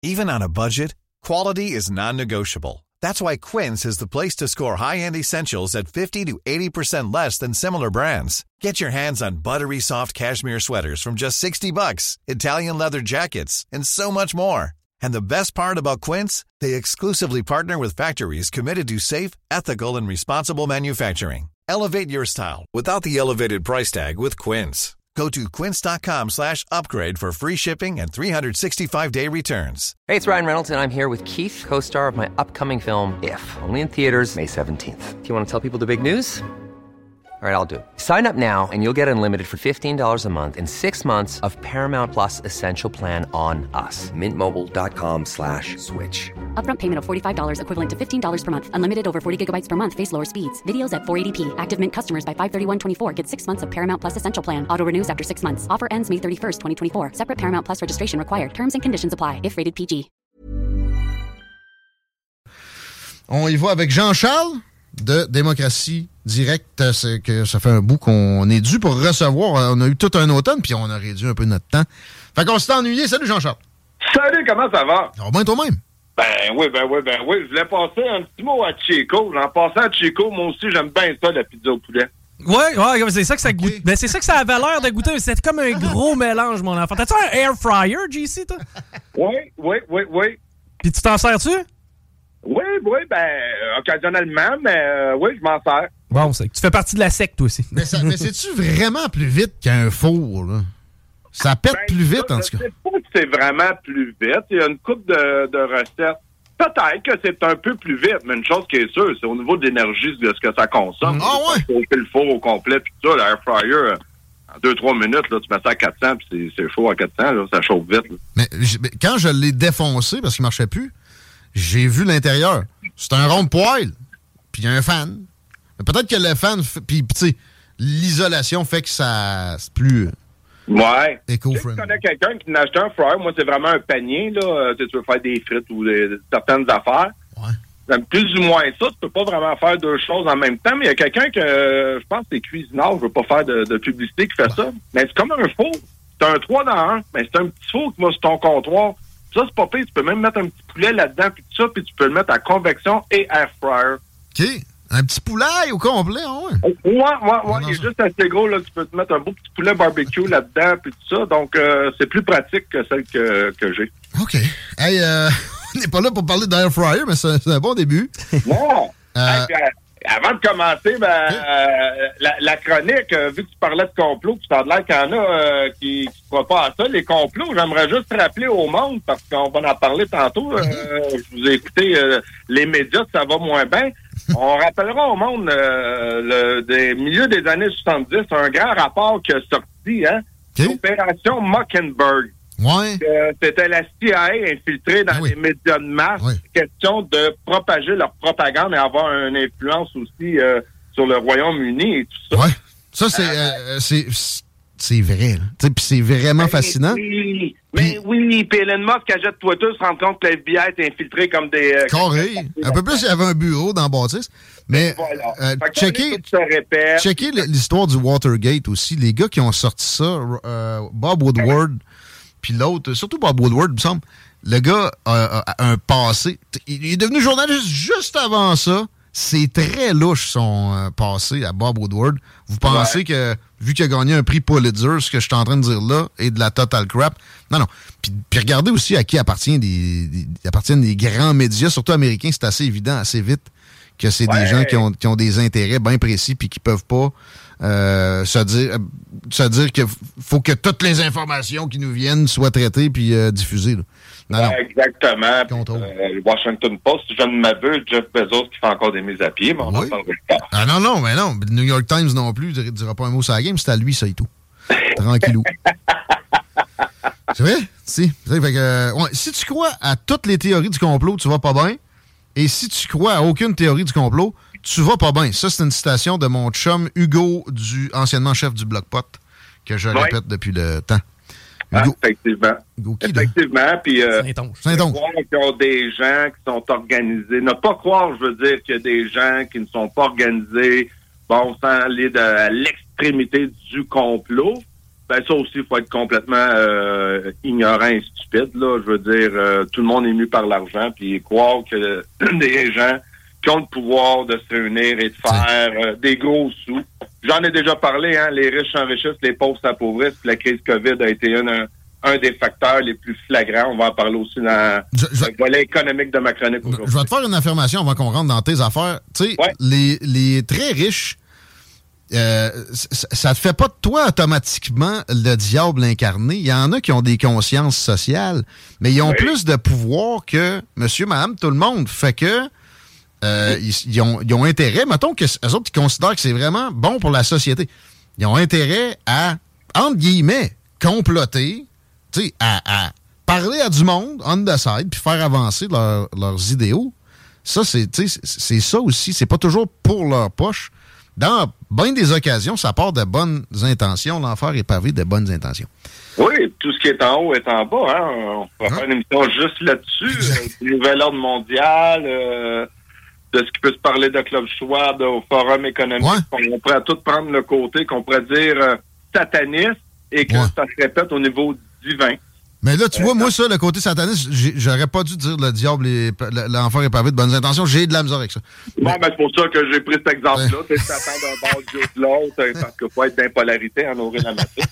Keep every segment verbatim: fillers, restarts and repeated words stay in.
Even on a budget, quality is non-negotiable. That's why Quince is the place to score high-end essentials at fifty to eighty percent less than similar brands. Get your hands on buttery soft cashmere sweaters from just sixty bucks, Italian leather jackets, and so much more. And the best part about Quince, they exclusively partner with factories committed to safe, ethical, and responsible manufacturing. Elevate your style without the elevated price tag with Quince. Go to quince.com slash upgrade for free shipping and three sixty-five day returns. Hey, it's Ryan Reynolds, and I'm here with Keith, co-star of my upcoming film, If, only in theaters May seventeenth. Do you want to tell people the big news? All right, I'll do it. Sign up now and you'll get unlimited for fifteen dollars a month and six months of Paramount Plus Essential Plan on us. Mintmobile.com slash switch. Upfront payment of forty-five dollars equivalent to fifteen dollars per month. Unlimited over forty gigabytes per month. Face lower speeds. Videos at four eighty p. Active Mint customers by five thirty-one twenty-four get six months of Paramount Plus Essential Plan. Auto renews after six months. Offer ends May thirty-first, twenty twenty-four. Separate Paramount Plus registration required. Terms and conditions apply if rated P G. On y va avec Jean-Charles de Démocratie Directe. C'est que ça fait un bout qu'on est dû pour recevoir. On a eu tout un automne, puis on a réduit un peu notre temps. Fait qu'on s'est ennuyé. Salut Jean-Charles. Salut, comment ça va? Ça va bien toi-même? Ben oui, ben oui, ben oui. Je voulais passer un petit mot à Chico. En passant à Chico, moi aussi, j'aime bien ça, la pizza au poulet. Ouais, ouais, c'est ça que ça goûte. Okay. Ben, c'est ça que ça avait l'air de goûter. C'est comme un gros mélange, mon enfant. T'as-tu un air fryer, J C, toi? Oui, oui, oui, oui. Puis tu t'en sers-tu? Oui, oui, ben, euh, occasionnellement, mais euh, oui, je m'en sers. Bon, c'est que tu fais partie de la secte, toi aussi. Mais, ça, mais c'est-tu vraiment plus vite qu'un four, là? Ça pète ben, plus vite, ça, en tout cas. Je sais pas si c'est vraiment plus vite. Il y a une couple de, de recettes. Peut-être que c'est un peu plus vite, mais une chose qui est sûre, c'est au niveau de l'énergie de ce que ça consomme. Ah ouais? Tu fais le four au complet, puis tout ça, l'air fryer, en deux trois minutes, là, tu mets ça à quatre cents, puis c'est, c'est chaud à quatre cents, là, ça chauffe vite. Mais, mais quand je l'ai défoncé, parce qu'il marchait plus, j'ai vu l'intérieur. C'est un rond de poêle, puis il y a un fan. Mais peut-être que le fan, puis tu sais, l'isolation fait que ça c'est plus ouais. éco-friendly. Je connais quelqu'un qui n'a acheté un fryer. Moi, c'est vraiment un panier, là. Tu veux faire des frites ou des, certaines affaires. Ouais. Plus ou moins ça, tu peux pas vraiment faire deux choses en même temps, mais il y a quelqu'un que, je pense que c'est cuisinard, je veux pas faire de, de publicité, qui fait ouais. ça. Mais c'est comme un four. C'est un trois dans un, mais c'est un petit four qui va sur ton comptoir. Ça, c'est pas pire. Tu peux même mettre un petit poulet là-dedans, puis tout ça, puis tu peux le mettre à convection et air fryer. OK. Un petit poulet au complet, ouais. Ouais, ouais, ouais. Il est juste assez gros, là. Tu peux te mettre un beau petit poulet barbecue là-dedans, puis tout ça. Donc, euh, c'est plus pratique que celle que, que j'ai. OK. Hey, euh, on n'est pas là pour parler d'air fryer, mais c'est, c'est un bon début. Non. euh... hey, puis, euh, avant de commencer, ben, okay. euh, la, la chronique, euh, vu que tu parlais de complot, puis ça a l'air qu'il y en a euh, qui ne croient pas à ça, les complots, j'aimerais juste rappeler au monde, parce qu'on va en parler tantôt, euh, je vous ai écouté euh, les médias, ça va moins bien. On rappellera au monde euh, le, des milieux des années soixante-dix, un grand rapport qui a sorti, hein, okay. l'opération Mockingbird. Ouais. Euh, c'était la C I A infiltrée dans ah oui. les médias de masse. Oui. Question de propager leur propagande et avoir une influence aussi euh, sur le Royaume-Uni et tout ça. Ouais. Ça, c'est, euh, c'est, c'est vrai. Puis c'est vraiment mais fascinant. Oui, mais pis, oui. Puis Elon Musk, qui achète Twitter, se rend compte que la F B I est infiltrée comme des... Euh, Carré. Un peu plus, il y avait un bureau dans Baptiste. Mais voilà. euh, checker, checker l'histoire du Watergate aussi. Les gars qui ont sorti ça, euh, Bob Woodward... Puis l'autre, surtout Bob Woodward, il me semble, le gars a, a, a un passé. Il est devenu journaliste juste avant ça. C'est très louche son euh, passé à Bob Woodward. Vous pensez ouais. que, vu qu'il a gagné un prix Pulitzer, ce que je suis en train de dire là, est de la total crap. Non, non. Puis, puis regardez aussi à qui appartient des, des, appartiennent des grands médias, surtout américains. C'est assez évident, assez vite, que c'est ouais. des gens qui ont, qui ont des intérêts bien précis puis qui peuvent pas... Euh, se dire, euh, se dire qu'il faut que toutes les informations qui nous viennent soient traitées puis euh, diffusées. Là. Non, ouais, non. Exactement. Euh, le Washington Post, je ne m'abuse, Jeff Bezos qui fait encore des mises à pied, mais on oui. en parlera pas. Ah non, non, mais non. Le New York Times non plus ne dira pas un mot sur la game, c'est à lui, ça et tout. Tranquillou. C'est vrai? Si. Fait que, euh, ouais, si tu crois à toutes les théories du complot, tu vas pas bien. Et si tu crois à aucune théorie du complot, tu vas pas bien. Ça, c'est une citation de mon chum Hugo, du anciennement chef du Bloc Pot, que je oui. répète depuis le temps. Hugo. Ah, effectivement. Hugo qui, effectivement. Puis, euh, Saint-Onge. Saint-Onge. Croire qu'il y a des gens qui sont organisés. Ne pas croire, je veux dire, qu'il y a des gens qui ne sont pas organisés, bon, sans aller de, à l'extrémité du complot. ben ça aussi, il faut être complètement euh, ignorant et stupide, là. Je veux dire, euh, tout le monde est mu par l'argent, puis croire que des gens qui ont le pouvoir de se réunir et de faire euh, des gros sous. J'en ai déjà parlé, hein, les riches s'enrichissent, les pauvres s'appauvrissent, puis la crise COVID a été une, un, un des facteurs les plus flagrants. On va en parler aussi dans je, je, le volet économique de ma chronique aujourd'hui. Je vais te faire une affirmation avant qu'on rentre dans tes affaires. Tu sais, ouais. les, les très riches, euh, ça ne te fait pas de toi automatiquement le diable incarné. Il y en a qui ont des consciences sociales, mais ils ont oui. plus de pouvoir que monsieur, madame, tout le monde. Fait que euh, oui. ils, ils, ont, ils ont intérêt, mettons que eux autres, ils considèrent que c'est vraiment bon pour la société. Ils ont intérêt à, entre guillemets, comploter, tu sais, à, à parler à du monde, on the side, puis faire avancer leur, leurs idéaux. Ça, c'est, c'est ça aussi. C'est pas toujours pour leur poche. Dans bien des occasions, ça part de bonnes intentions. L'enfer est pavé de bonnes intentions. Oui, tout ce qui est en haut est en bas. Hein? On pourrait hein? faire une émission juste là-dessus. Euh, nouvel ordre mondial, euh, de ce qui peut se parler de Club Schwab, au Forum économique. Ouais. On pourrait tout prendre le côté qu'on pourrait dire euh, sataniste et que ouais. ça se répète au niveau divin. Mais là, tu vois, moi, ça, le côté sataniste, j'aurais pas dû dire le diable, et l'enfer est pavé de bonnes intentions. J'ai de la misère avec ça. Bon, mais... ben, c'est pour ça que j'ai pris cet exemple-là. Ouais. Tu sais, Satan d'un bord, Dieu de l'autre, parce qu'il faut être d'impolarité en aurait la matrice.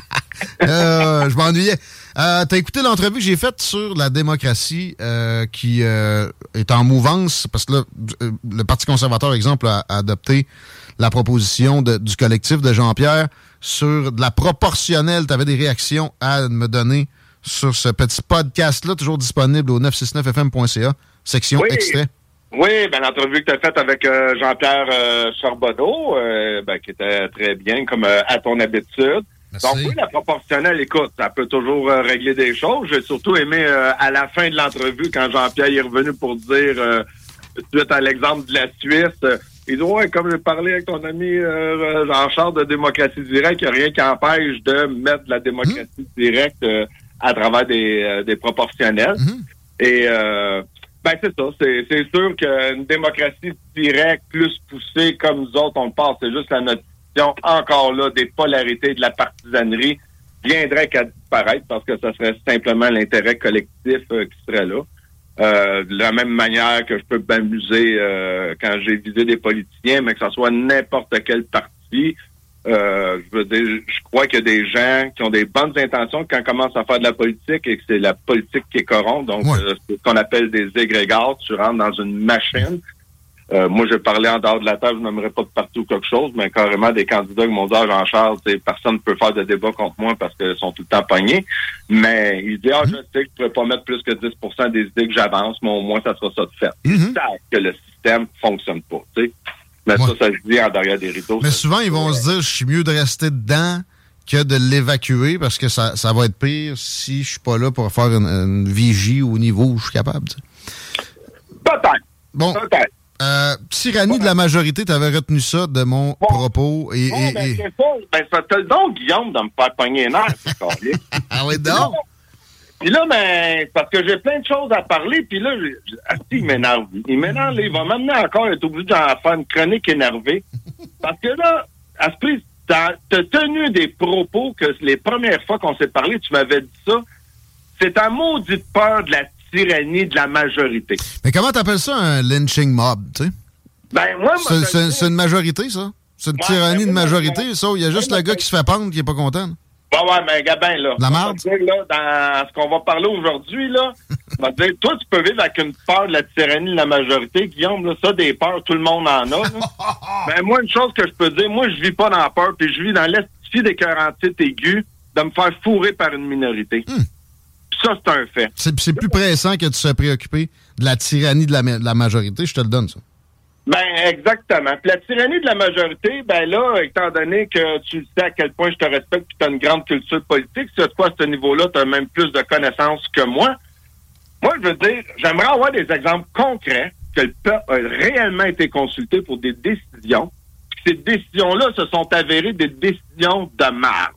euh, je m'ennuyais. Euh, t'as écouté l'entrevue que j'ai faite sur la démocratie euh, qui euh, est en mouvance, parce que là, le Parti conservateur, exemple, a, a adopté la proposition de, du collectif de Jean-Pierre sur de la proportionnelle. T'avais des réactions à me donner sur ce petit podcast-là, toujours disponible au neuf cent soixante-neuf F M point C A, section oui. extrait. Oui, ben l'entrevue que tu as faite avec euh, Jean-Pierre euh, Charbonneau, euh, ben, qui était très bien, comme euh, à ton habitude. Merci. Donc oui, la proportionnelle, écoute, ça peut toujours euh, régler des choses. J'ai surtout aimé euh, à la fin de l'entrevue, quand Jean-Pierre est revenu pour dire, euh, suite à l'exemple de la Suisse, euh, il dit, ouais, comme j'ai parlé avec ton ami euh, Jean-Charles de démocratie directe, il n'y a rien qui empêche de mettre de la démocratie mmh. directe euh, à travers des, euh, des proportionnels. Mm-hmm. Et euh, ben c'est ça, c'est, c'est sûr qu'une démocratie directe, plus poussée comme nous autres, on le pense, c'est juste la notion encore là des polarités, de la partisanerie, viendrait qu'à disparaître parce que ça serait simplement l'intérêt collectif euh, qui serait là. Euh, de la même manière que je peux m'amuser euh, quand j'ai visé des politiciens, mais que ce soit n'importe quel parti. Euh, je veux dire, je crois qu'il y a des gens qui ont des bonnes intentions quand on commence à faire de la politique et que c'est la politique qui est corrompue. Donc, ouais. euh, c'est ce qu'on appelle des égrégores. Tu rentres dans une machine. Euh, moi, je parlais en dehors de la table, je n'aimerais pas de partout quelque chose, mais carrément des candidats qui m'ont dit, ah, Jean-Charles, personne ne peut faire de débat contre moi parce qu'ils sont tout le temps pognés. Mais ils disent, ah, je sais que je ne pourrais pas mettre plus que dix pour cent des idées que j'avance, mais au moins, ça sera ça de fait. Mm-hmm. Ils savent que le système fonctionne pas, tu sais. Mais ouais. ça, ça se dit en derrière des rideaux. Mais souvent, ils vont euh... se dire, je suis mieux de rester dedans que de l'évacuer parce que ça, ça va être pire si je suis pas là pour faire une, une vigie au niveau où je suis capable. Tu sais. Peut-être. Bon. Peut-être. Euh, tyrannie ouais. de la majorité, tu avais retenu ça de mon bon. propos. Et, bon, et, ben, et... c'est ça. Ben, ça te le don, Guillaume, de me faire pogner les nerfs, c'est carré. Ah oui, donc? Puis là, ben, parce que j'ai plein de choses à parler, puis là, je, ah, il m'énerve. Il m'énerve, il va m'amener encore à être obligé d'en faire une chronique énervée. Parce que là, à ce prix, t'as, t'as tenu des propos que les premières fois qu'on s'est parlé, tu m'avais dit ça. C'est ta maudite peur de la tyrannie de la majorité. Mais comment t'appelles ça un lynching mob, tu sais? Ben, moi, moi c'est, c'est, c'est une majorité, ça? C'est une ouais, tyrannie ben, de majorité, moi, ça? Il y a juste ben, le gars ben, qui se fait pendre qui est pas content. Là. Bah ouais, mais Gabin, là. La merde. Là, dans ce qu'on va parler aujourd'hui, là, on va dire, toi, tu peux vivre avec une peur de la tyrannie de la majorité, Guillaume, là, ça, des peurs, tout le monde en a, là. Ben, moi, une chose que je peux dire, moi, je vis pas dans la peur, puis je vis dans l'estifie des quarante-huit aigus de me faire fourrer par une minorité. Hmm. Puis ça, c'est un fait. C'est, c'est plus pressant que tu sois préoccupé de la tyrannie de la, de la majorité, je te le donne, ça. Ben, exactement. Puis la tyrannie de la majorité, ben là, étant donné que tu sais à quel point je te respecte et tu as une grande culture politique, c'est quoi, à ce niveau-là, tu as même plus de connaissances que moi. Moi, je veux dire, j'aimerais avoir des exemples concrets que le peuple a réellement été consulté pour des décisions. Puis ces décisions-là se sont avérées des décisions de merde.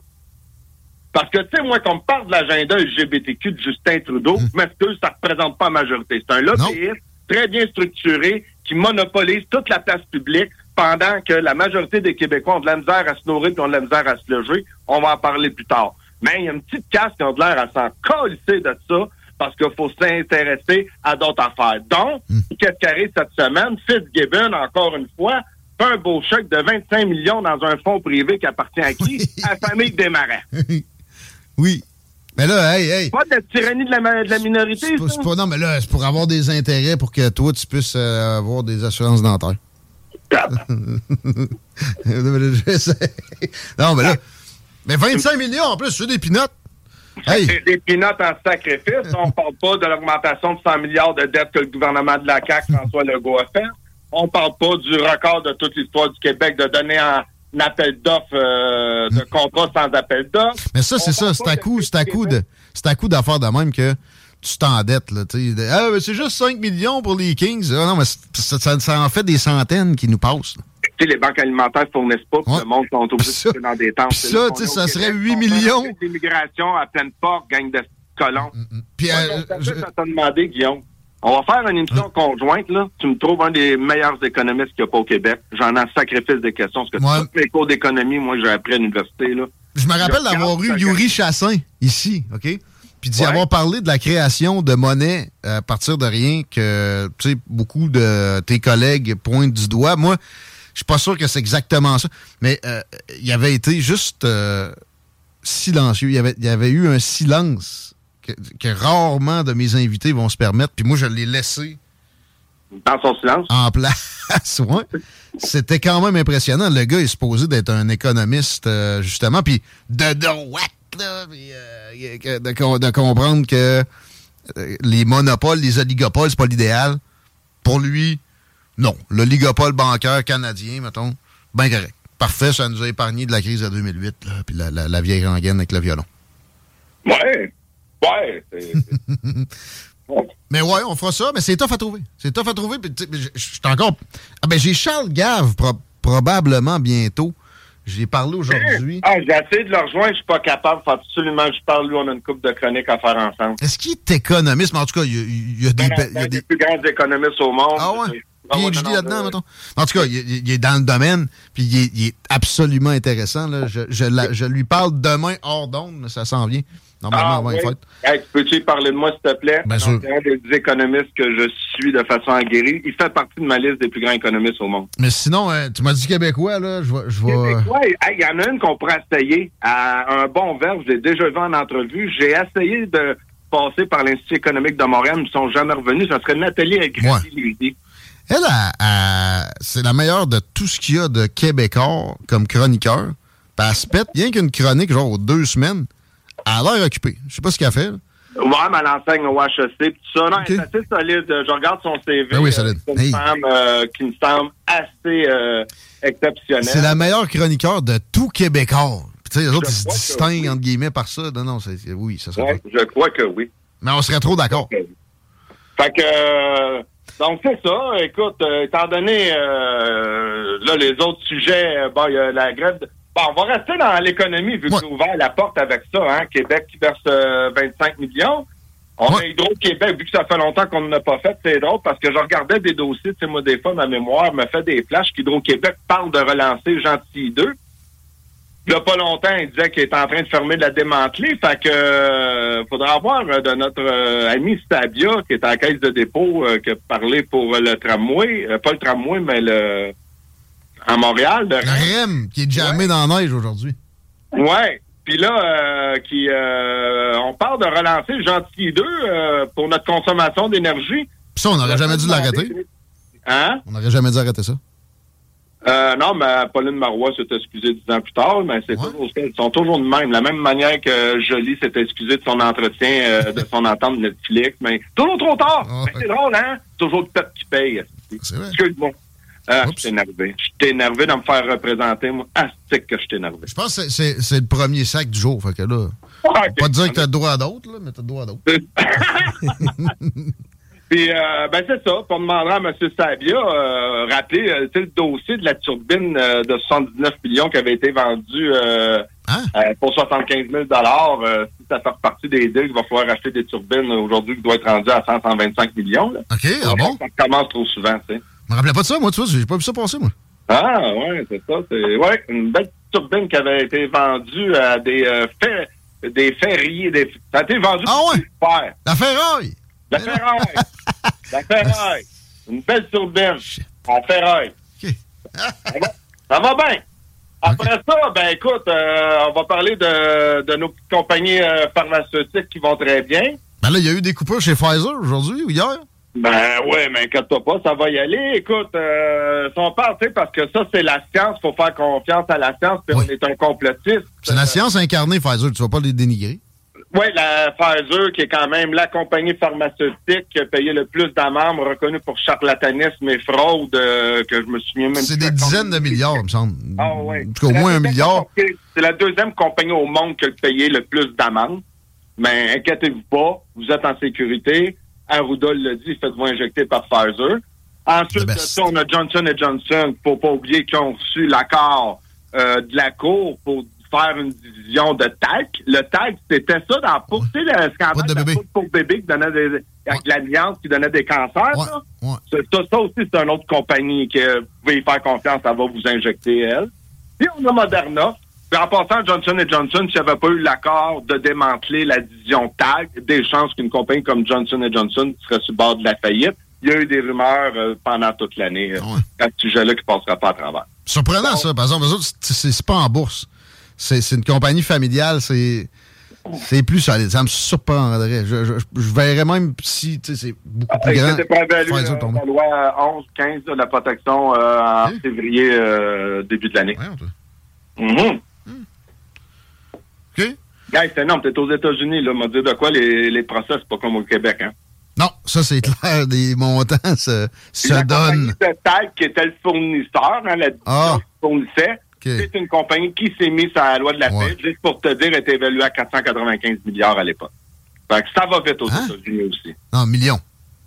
Parce que, tu sais, moi, qu'on me parle de l'agenda L G B T Q de Justin Trudeau, mmh. mais que ça ne représente pas la majorité. C'est un lobbyiste très bien structuré qui monopolise toute la place publique pendant que la majorité des Québécois ont de la misère à se nourrir et ont de la misère à se loger. On va en parler plus tard. Mais il y a une petite casse qui a de l'air à s'en colisser de ça parce qu'il faut s'intéresser à d'autres affaires. Donc, mmh. qu'est-ce qui arrive cette semaine? Fitzgibbon, encore une fois, fait un beau chèque de vingt-cinq millions dans un fonds privé qui appartient à qui? À la famille Desmarais. Oui. Mais là, hey, hey. C'est pas de la tyrannie de la, de la minorité, c'est pas, c'est pas, non, mais là, c'est pour avoir des intérêts pour que toi, tu puisses euh, avoir des assurances dentaires. Non, mais là... Mais vingt-cinq millions, en plus, c'est des pinottes. Hey. C'est des pinottes en sacrifice. On ne parle pas de l'augmentation de cent milliards de dettes que le gouvernement de la C A Q, François Legault, a fait. On ne parle pas du record de toute l'histoire du Québec de donner un, un appel d'offres, euh, de contrat sans appel d'offres. Mais ça, c'est ça. C'est à coup, c'est à coup de, c'est à coup d'affaires de même que tu t'endettes, là. Ah, mais c'est juste cinq millions pour les Kings. Ah, non, mais ça, ça, ça en fait des centaines qui nous passent, là. Tu sais, les banques alimentaires ne fournissent pas, puis ouais. Le monde sont obligés de dans des temps. Puis ça, tu sais, ça serait huit millions. L'immigration à pleine porte, gang de colons. Mm-hmm. Puis, ouais, euh, donc, je... ça t'a demandé, Guillaume. On va faire une émission ah. conjointe, là. Tu me trouves un des meilleurs économistes qu'il n'y a pas au Québec. J'en ai un sacrifice des questions. Parce que ouais. Tous mes cours d'économie, moi, j'ai appris à l'université, là. Je me rappelle d'avoir eu Yuri Chassin, ici, OK? Puis d'y ouais. avoir parlé de la création de monnaie à partir de rien que, tu sais, beaucoup de tes collègues pointent du doigt. Moi, je suis pas sûr que c'est exactement ça, mais euh, il avait été juste euh, silencieux. Il y avait, il y avait eu un silence que, que rarement de mes invités vont se permettre. Puis moi, je l'ai laissé dans son silence en place. Ouais. C'était quand même impressionnant. Le gars est supposé d'être un économiste, euh, justement, puis de droite, là, puis, euh, de, de comprendre que euh, les monopoles, les oligopoles, c'est pas l'idéal. Pour lui, non. L'oligopole bancaire canadien, mettons, ben correct. Parfait, ça nous a épargné de la crise de deux mille huit, là, puis la, la, la vieille rengaine avec le violon. Ouais. Ouais. C'est, c'est... ouais. Mais ouais, on fera ça, mais c'est tough à trouver. C'est tough à trouver. Je suis encore... Ah ben, j'ai Charles Gave, pro- probablement bientôt. J'ai parlé aujourd'hui. Ah, j'ai essayé de le rejoindre, je suis pas capable. Faut absolument que je parle. Lui, on a une couple de chroniques à faire ensemble. Est-ce qu'il est économiste? Mais en tout cas, il y a, il y a des... Non, non, il y a des plus grands économistes au monde. Ah ouais? P H D là-dedans, mettons. En tout cas, il, il est dans le domaine, puis il est, il est absolument intéressant. Là. Je, je, la, je lui parle demain hors d'onde, mais ça s'en vient. Normalement, ah, avant oui. les fêtes. Hey, peux-tu parler de moi, s'il te plaît? Bien sûr. C'est un des économistes que je suis de façon aguerrie. Il fait partie de ma liste des plus grands économistes au monde. Mais sinon, hein, tu m'as dit québécois, là. Je vais. Je vais... Québécois, il hey, y en a une qu'on pourrait essayer. À un bon verbe, je l'ai déjà vu en entrevue. J'ai essayé de passer par l'Institut économique de Montréal, ils ne sont jamais revenus. Ça serait Nathalie Elgrady-Lévy. Elle, a, a, c'est la meilleure de tout ce qu'il y a de Québécois comme chroniqueur. Puis elle se pète rien qu'une chronique, genre, aux deux semaines. Elle a l'air occupée. Je sais pas ce qu'elle fait. Là. Ouais, mais elle enseigne au H E C. Puis tout ça, non, okay. Elle est assez solide. Je regarde son C V. Ben oui, solide. C'est une hey. femme euh, qui me semble assez euh, exceptionnelle. C'est la meilleure chroniqueur de tout Québécois. Puis tu sais, les autres, ils se distinguent, oui. entre guillemets, par ça. Non, non, c'est, oui, ça serait ouais, je crois que oui. Mais on serait trop d'accord. Okay. Fait que... Euh, donc, c'est ça. Écoute, euh, étant donné, euh, là, les autres sujets, euh, bon, il y a la grève... De... Bon, on va rester dans l'économie, vu ouais. qu'on a ouvert la porte avec ça, hein. Québec qui verse euh, vingt-cinq millions. On ouais. a Hydro-Québec, vu que ça fait longtemps qu'on ne l'a pas fait, c'est drôle, parce que je regardais des dossiers, tu sais, moi, des fois, ma mémoire me fait des flashs qu'Hydro-Québec parle de relancer Gentilly deux. Il n'y a pas longtemps, il disait qu'il est en train de fermer de la démanteler. Fait que euh, faudra voir euh, de notre euh, ami Stabia, qui est à la caisse de dépôt, euh, qui a parlé pour euh, le tramway. Euh, pas le tramway, mais le à Montréal. Le R E M, qui est jamais ouais. dans la neige aujourd'hui. Ouais. Puis là, euh, qui euh, on parle de relancer le Gentilly deux euh, pour notre consommation d'énergie. Puis ça, on n'aurait jamais dû l'arrêter. Hein? On n'aurait jamais dû arrêter ça. Euh, non, mais Pauline Marois s'est excusée dix ans plus tard, mais c'est ouais. toujours, ils sont toujours de même. La même manière que Jolie s'est excusée de son entretien, euh, de son entente de Netflix, mais toujours trop tard. Oh, mais c'est ouais. drôle, hein? Toujours le peuple qui paye. C'est vrai. Excuse-moi. Ah, je suis énervé. Je suis énervé de me faire représenter, moi. Ah, c'est que je suis énervé. Je pense que c'est, c'est le premier sac du jour, fait que là... Okay. Pas dire que t'as le droit à d'autres, là, mais t'as le droit à d'autres. Puis, euh, ben, c'est ça. Pour demander à M. Sabia, euh, rappeler, euh, tu sais, le dossier de la turbine euh, de soixante-dix-neuf millions qui avait été vendu euh, hein? euh, pour soixante-quinze mille dollars. Euh, si ça fait partie des deals, il va falloir acheter des turbines aujourd'hui qui doivent être rendues à cent à cent vingt-cinq millions. Là. OK, ah bon? Ça commence trop souvent, tu sais. Je me rappelais pas de ça, moi, tu vois. J'ai pas vu ça passer, moi. Ah, ouais, c'est ça. C'est ouais, une belle turbine qui avait été vendue à des euh, fer... des ferriers. Des... Ça a été vendu ah, pour ouais. fer. La ferraille! La ferraille! La ferraille! Une belle turbine. La ferraille. Okay. ça, va, ça va bien. Après okay. ça, ben écoute, euh, on va parler de, de nos petites compagnies euh, pharmaceutiques qui vont très bien. Ben là, il y a eu des coupures chez Pfizer aujourd'hui ou hier? Ben ouais, mais inquiète-toi pas, ça va y aller. Écoute, euh, si on parle, tu sais, parce que ça, c'est la science, faut faire confiance à la science, puis oui. on est un complotiste. C'est la science incarnée, Pfizer, tu vas pas les dénigrer. Oui, la Pfizer, qui est quand même la compagnie pharmaceutique qui a payé le plus d'amendes, reconnue pour charlatanisme et fraude, euh, que je me souviens même. C'est des dizaines de milliards, il me semble. Ah oui. En tout cas, au moins un milliard. C'est la deuxième compagnie au monde qui a payé le plus d'amendes. Mais inquiétez-vous pas, vous êtes en sécurité. Arruda l'a dit, faites-vous injecter par Pfizer. Ensuite de ça, on a Johnson and Johnson, faut pas oublier qu'ils ont reçu l'accord euh, de la Cour pour faire une division de T A C. Le T A C, c'était ça dans pour ouais. tu sais, le scandale de, de bébé. pour bébé qui donnait des, avec ouais. l'alliance qui donnait des cancers. Ouais. Ça. Ouais. Ça, ça aussi, c'est une autre compagnie que vous pouvez y faire confiance, elle va vous injecter, elle. Puis on a Moderna. Puis en passant, Johnson and Johnson, s'il n'y avait pas eu l'accord de démanteler la division T A C, des chances qu'une compagnie comme Johnson and Johnson serait sur le bord de la faillite. Il y a eu des rumeurs euh, pendant toute l'année euh, ouais. à ce sujet-là qui ne passera pas à travers. Surprenant, Donc, ça. Par exemple, eux autres, c'est, c'est pas en bourse. C'est, c'est une compagnie familiale. C'est, c'est plus solide. Ça me surprendrait. Je, je, je verrais même si c'est beaucoup plus grand. C'était prévalu euh, la loi onze quinze de la protection euh, en okay. février, euh, début de l'année. Ouais, mm-hmm. Hmm. OK. Hey, c'est énorme. T'es aux États-Unis, là. M'a dit de quoi les, les procès, c'est pas comme au Québec, hein? Non, ça, c'est clair. Des montants se, se donnent. La compagnie de T A C, qui était le fournisseur, hein, la ah. qui fournissait, okay. c'est une compagnie qui s'est mise à la loi de la ouais. paix, juste pour te dire, était évaluée à quatre cent quatre-vingt-quinze milliards à l'époque. Fait que ça va vite aux hein? États-Unis aussi. Non, millions.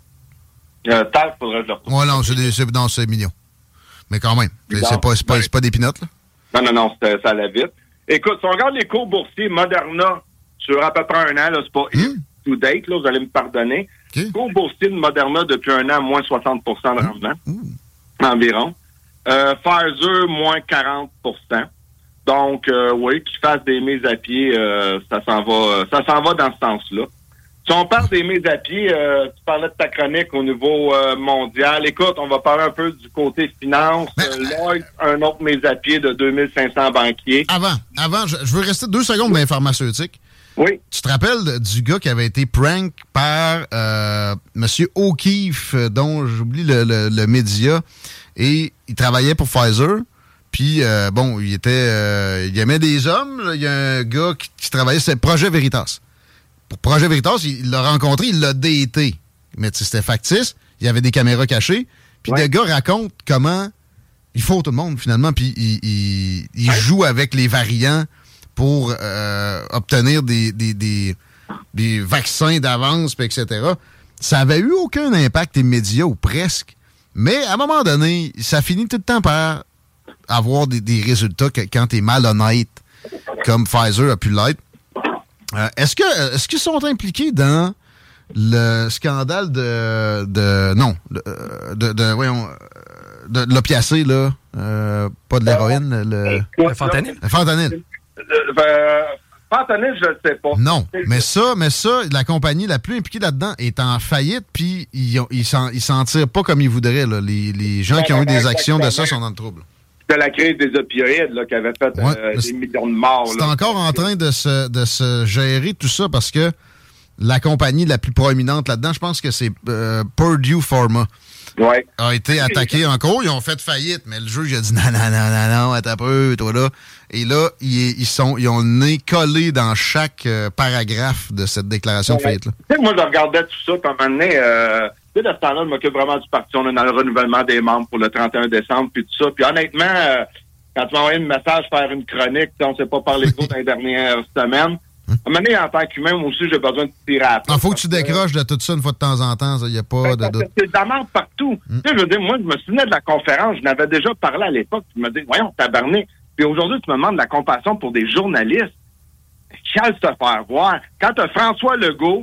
Euh, T A C, faudrait que je le retrouve. Ouais, non, c'est, des, c'est, non, c'est millions. Mais quand même, c'est, c'est, pas, c'est, pas, c'est pas des pinottes, là. Non, non, non, c'est, ça allait vite. Écoute, si on regarde les cours boursiers, Moderna, sur à peu près un an, là, c'est pas mmh. to date, là, vous allez me pardonner. Okay. Cours boursier de Moderna depuis un an, moins soixante pour cent de rendement, mmh. environ. Euh, Pfizer, moins quarante pour cent. Donc, euh, oui, qu'ils fassent des mises à pied, euh, ça s'en va, ça s'en va dans ce sens-là. Si on parle des mises à pied, euh, tu parlais de ta chronique au niveau euh, mondial. Écoute, on va parler un peu du côté finance. Mais, euh, Lloyd, un autre mise à pied de deux mille cinq cents banquiers. Avant, avant, je, je veux rester deux secondes dans les pharmaceutiques. Oui. Tu te rappelles du gars qui avait été prank par euh, M. O'Keefe, dont j'oublie le, le, le média, et il travaillait pour Pfizer. Puis, euh, bon, il était, euh, il aimait des hommes. Là. Il y a un gars qui, qui travaillait, c'est Projet Veritas. Pour Projet Veritas, il l'a rencontré, il l'a daté. Mais c'était factice, il y avait des caméras cachées. Puis ouais. le gars raconte comment il faut tout le monde, finalement, puis il, il, il ouais. joue avec les variants pour euh, obtenir des, des, des, des vaccins d'avance, puis et cetera. Ça avait eu aucun impact immédiat, ou presque. Mais à un moment donné, ça finit tout le temps par avoir des, des résultats que, quand tu es malhonnête, comme Pfizer a pu l'être. Euh, est-ce que est-ce qu'ils sont impliqués dans le scandale de de non de de, de voyons de, de l'opiacé là euh, pas de l'héroïne le, le fentanyl le fentanyl euh, fentanyl je ne sais pas non mais ça mais ça la compagnie la plus impliquée là-dedans est en faillite puis ils ont, ils s'en ils s'en tirent pas comme ils voudraient là. les les gens qui ont eu des actions de ça sont dans le trouble. De la crise des opioïdes là, qui avait fait ouais, euh, des millions de morts. C'est là. encore en train de se, de se gérer tout ça parce que la compagnie la plus proéminente là-dedans, je pense que c'est euh, Purdue Pharma, ouais. a été attaqué en cours. Ils ont fait faillite, mais le juge a dit non, non, non, non, non, attends un peu, toi là. Et là, ils, ils, sont, ils ont le nez collé dans chaque euh, paragraphe de cette déclaration ouais. de faillite-là. Tu sais, moi, je regardais tout ça comme un nez... Euh... Tu sais, de ce temps-là, je m'occupe vraiment du parti. On est dans le renouvellement des membres pour le trente et un décembre, puis tout ça. Puis honnêtement, euh, quand tu m'as envoyé un message, faire une chronique, on ne s'est pas parlé trop dans les dernières semaines. À un moment donné, en tant qu'humain, moi aussi, j'ai besoin de tirer à la Il faut que tu décroches de tout ça une fois de temps en temps. Il n'y a pas ben, de doute. C'est de la merde partout. Mm. Tu sais, je veux dire, moi, je me souvenais de la conférence. Je n'avais déjà parlé à l'époque. Tu me dis, voyons, tabarné. Puis aujourd'hui, tu me demandes de la compassion pour des journalistes. Quel se faire voir. Quand tu as François Legault,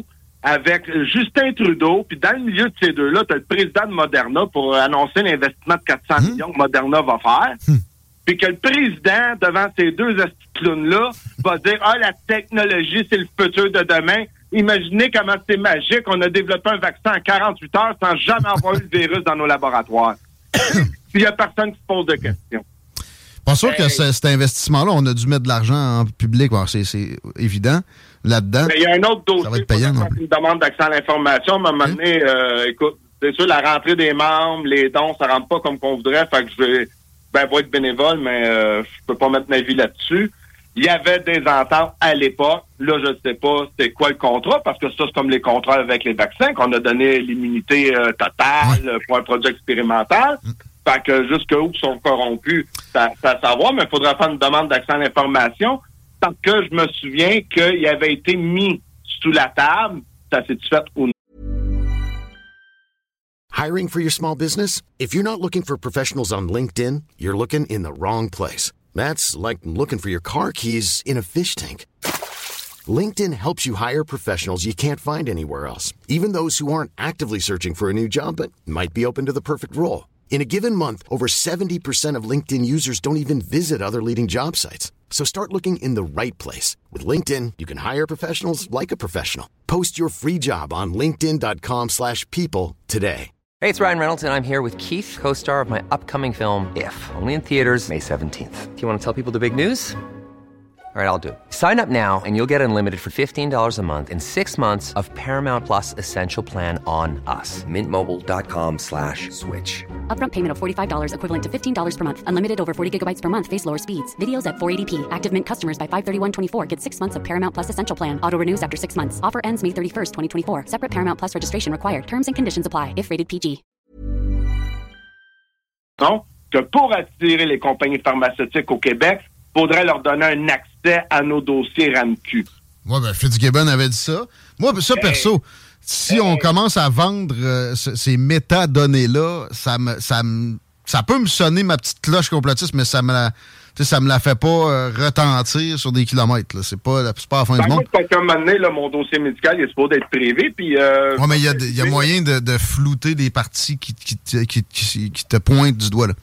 avec Justin Trudeau, puis dans le milieu de ces deux-là, tu as le président de Moderna pour annoncer l'investissement de quatre cents mmh. millions que Moderna va faire, mmh. puis que le président, devant ces deux clowns-là, va dire « Ah, la technologie, c'est le futur de demain. Imaginez comment c'est magique. On a développé un vaccin en quarante-huit heures sans jamais avoir eu le virus dans nos laboratoires. » Puis il n'y a personne qui se pose de questions. Pas sûr hey. que ce, cet investissement-là, on a dû mettre de l'argent en public. Alors, c'est, c'est évident là-dedans. Mais il y a un autre dossier. Ça va être payant, non? Une demande d'accès à l'information. À un moment donné, hein? euh, écoute, c'est sûr, la rentrée des membres, les dons, ça ne rentre pas comme qu'on voudrait. Fait que je vais, ben, vais être bénévole, mais euh, je peux pas mettre ma vie là-dessus. Il y avait des ententes à l'époque. Là, je ne sais pas c'est quoi le contrat, parce que ça, c'est comme les contrats avec les vaccins, qu'on a donné l'immunité euh, totale ouais. pour un produit expérimental. Mmh. Fait que jusqu'où ils sont corrompus, ça, ça à savoir, mais il faudra faire une demande d'accès à l'information. Tant que je me souviens qu'il avait été mis sous la table, ça s'est fait ou non. Hiring for your small business? If you're not looking for professionals on LinkedIn, you're looking in the wrong place. That's like looking for your car keys in a fish tank. LinkedIn helps you hire professionals you can't find anywhere else, even those who aren't actively searching for a new job but might be open to the perfect role. In a given month, over seventy percent of LinkedIn users don't even visit other leading job sites. So start looking in the right place. With LinkedIn, you can hire professionals like a professional. Post your free job on linkedin.com slash people today. Hey, it's Ryan Reynolds, and I'm here with Keith, co-star of my upcoming film, If, only in theaters May seventeenth. Do you want to tell people the big news? All right, I'll do it. Sign up now and you'll get unlimited for fifteen dollars a month and six months of Paramount Plus Essential Plan on us. Mint Mobile dot com slash switch. Upfront payment of forty-five dollars equivalent to fifteen dollars per month. Unlimited over forty gigabytes per month. Face lower speeds. Videos at four eighty p. Active Mint customers by five thirty-one twenty-four get six months of Paramount Plus Essential Plan. Auto renews after six months. Offer ends May thirty-first, twenty twenty-four. Separate Paramount Plus registration required. Terms and conditions apply if rated P G. Non, que pour attirer les compagnies pharmaceutiques au Québec, il faudrait leur donner un accès à nos dossiers R A M Q. Oui, ben Fitzgibbon avait dit ça. Moi, ça, perso, hey. si hey. on commence à vendre euh, c- ces métadonnées-là, ça me, ça me, ça peut me sonner ma petite cloche complotiste, mais ça me la, ça me la fait pas euh, retentir sur des kilomètres. Là. C'est pas, c'est pas la fin ben, du monde. Moi, à un moment donné, là, mon dossier médical il est supposé être privé. Puis, euh, oui, mais il y a, y a moyen de, de flouter des parties qui, qui, qui, qui, qui, qui te pointent du doigt, là.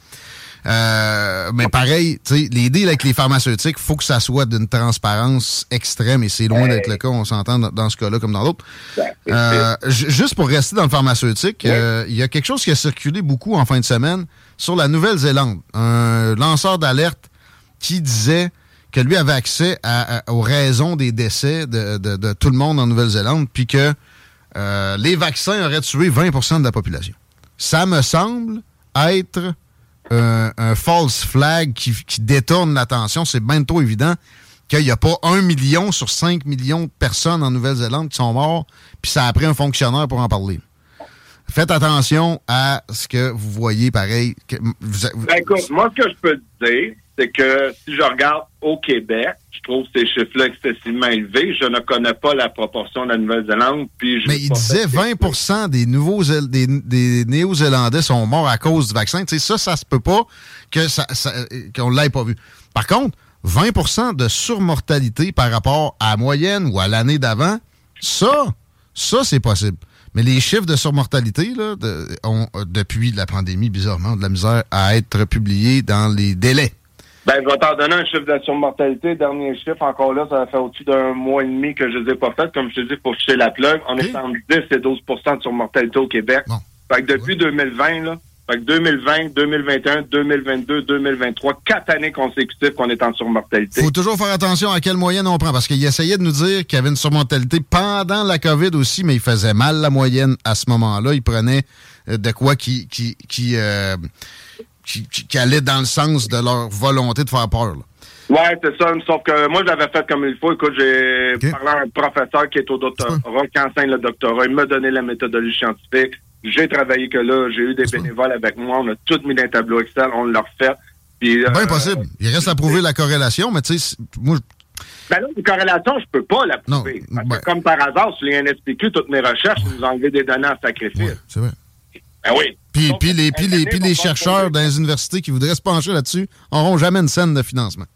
Euh, mais pareil, tu sais, les deals avec les pharmaceutiques, il faut que ça soit d'une transparence extrême et c'est loin hey. d'être le cas, on s'entend dans, dans ce cas-là comme dans d'autres. Euh, j- juste pour rester dans le pharmaceutique, il oui. euh, y a quelque chose qui a circulé beaucoup en fin de semaine sur la Nouvelle-Zélande. Un lanceur d'alerte qui disait que lui avait accès à, à, aux raisons des décès de, de, de tout le monde en Nouvelle-Zélande, puis que euh, les vaccins auraient tué vingt pour cent de la population. Ça me semble être Un, un false flag qui, qui détourne l'attention. C'est bien trop évident qu'il n'y a pas un million sur cinq millions de personnes en Nouvelle-Zélande qui sont morts, puis ça a pris un fonctionnaire pour en parler. Faites attention à ce que vous voyez pareil. Que vous, vous... Ben écoute, moi, ce que je peux te dire, c'est que si je regarde au Québec, je trouve ces chiffres-là excessivement élevés. Je ne connais pas la proportion de la Nouvelle-Zélande. Puis je Mais il disait vingt pour cent des nouveaux des, des Néo-Zélandais sont morts à cause du vaccin. Tu sais, ça, ça se peut pas que ça, ça, qu'on ne l'ait pas vu. Par contre, vingt pour cent de surmortalité par rapport à la moyenne ou à l'année d'avant, ça, ça, c'est possible. Mais les chiffres de surmortalité, là, de, ont, depuis la pandémie, bizarrement, de la misère à être publiés dans les délais. Ben, je vais t'en donner un chiffre de surmortalité. Dernier chiffre, encore là, ça fait au-dessus d'un mois et demi que je ne les ai pas fait. Comme je te dis, pour ficher la plug, on okay. est entre dix et douze pour cent de surmortalité au Québec. Bon. Fait que depuis ouais. deux mille vingt, là, fait que deux mille vingt, deux mille vingt et un, deux mille vingt-deux, deux mille vingt-trois, quatre années consécutives qu'on est en surmortalité. Faut toujours faire attention à quelle moyenne on prend, parce qu'il essayait de nous dire qu'il y avait une surmortalité pendant la COVID aussi, mais il faisait mal la moyenne à ce moment-là. Il prenait de quoi qui... qui, qui euh, Qui, qui, qui allaient dans le sens de leur volonté de faire peur. Là. Ouais, c'est ça. Sauf que moi, je l'avais fait comme il faut. Écoute, j'ai okay. parlé à un professeur qui est au doctorat, qui enseigne le doctorat. Il m'a donné la méthodologie scientifique. J'ai travaillé que là. J'ai eu des c'est bénévoles ça. Avec moi. On a tout mis dans un tableau Excel. On l'a refait. Puis, bien euh, possible. Il reste à prouver la corrélation, mais tu sais, moi... Ben là, les corrélations, je peux pas la prouver. Non, parce ben... que comme par hasard, sur les N S P Q, toutes mes recherches, ils nous ont enlevé des données en sacrifice. Ouais, c'est vrai. Ben oui. Puis, puis les, puis les, puis les chercheurs dans les universités qui voudraient se pencher là-dessus n'auront jamais une scène de financement.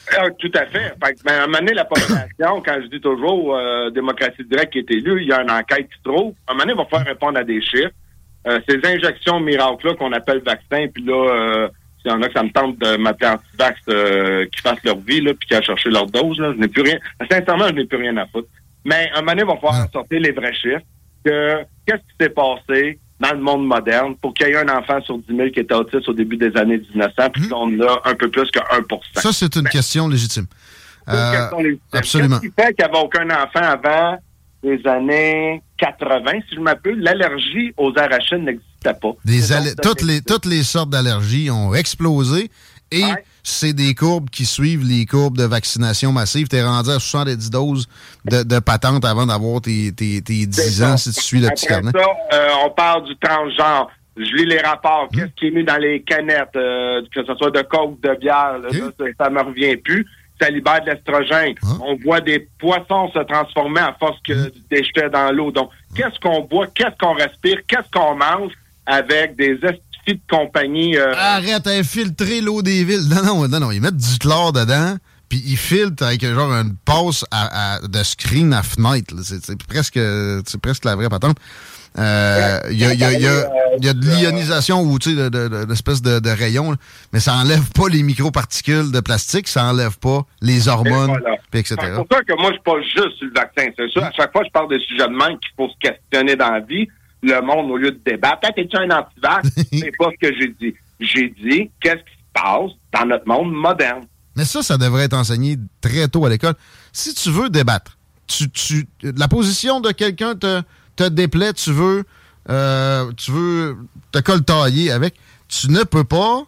Ah, tout à fait. Fait que, ben, à un moment donné, la population, quand je dis toujours euh, démocratie directe qui est élue, il y a une enquête qui se trouve. À un moment donné, il va falloir répondre à des chiffres. Euh, ces injections miracles-là qu'on appelle vaccins, puis là, euh, s'il y en a que ça me tente de m'appeler anti-vax, euh, qui fassent leur vie, là, puis qui a cherché leur dose, là, je n'ai plus rien. Sincèrement, je n'ai plus rien à foutre. Mais à un moment donné, il va falloir ah. sortir les vrais chiffres. Que, qu'est-ce qui s'est passé dans le monde moderne pour qu'il y ait un enfant sur dix mille qui était autiste au début des années dix-neuf cents, puis mmh. qu'on a un peu plus que un pour cent. Ça, c'est une Mais, question légitime. C'est une euh, question légitime. Absolument. Qu'est-ce qui fait qu'il n'y avait aucun enfant avant les années quatre-vingt, si je m'appelle? L'allergie aux arachides n'existait pas. Des alle- toutes, les, toutes les sortes d'allergies ont explosé et ouais. c'est des courbes qui suivent les courbes de vaccination massive. Tu es rendu à soixante-dix doses de, de patente avant d'avoir tes, tes, tes dix ans si tu suis le petit carnet. Ça, euh, on parle du transgenre. Je lis les rapports. Mmh. Qu'est-ce qui est mis dans les canettes, euh, que ce soit de coke ou de bière, là, mmh. ça, ça me revient plus. Ça libère de l'estrogène. Mmh. On voit des poissons se transformer à force que mmh. des déchets dans l'eau. Donc, mmh. qu'est-ce qu'on boit, qu'est-ce qu'on respire, qu'est-ce qu'on mange avec des estifis de compagnie. Euh... Arrête à infiltrer l'eau des villes. Non, non, non, non. Ils mettent du chlore dedans, puis ils filtrent avec genre une passe à, à, de screen à fenêtre. C'est, c'est, presque, c'est presque la vraie patente. Il euh, y, a, y, a, y, a, y a de l'ionisation ou tu sais, de, de, de, d'espèce de, de rayons, là, mais ça enlève pas les microparticules de plastique, ça enlève pas les hormones, voilà. et cetera. C'est pour ça que moi, je suis pas juste sur le vaccin. C'est ça. À chaque fois, je parle de sujets de même qu'il faut se questionner dans la vie. Le monde, au lieu de débattre, ah, t'es-tu un anti-vax? C'est pas ce que j'ai dit. J'ai dit qu'est-ce qui se passe dans notre monde moderne. Mais ça, ça devrait être enseigné très tôt à l'école. Si tu veux débattre, tu, tu, la position de quelqu'un te, te déplaît, tu veux, euh, tu veux te coltailler avec, tu ne peux pas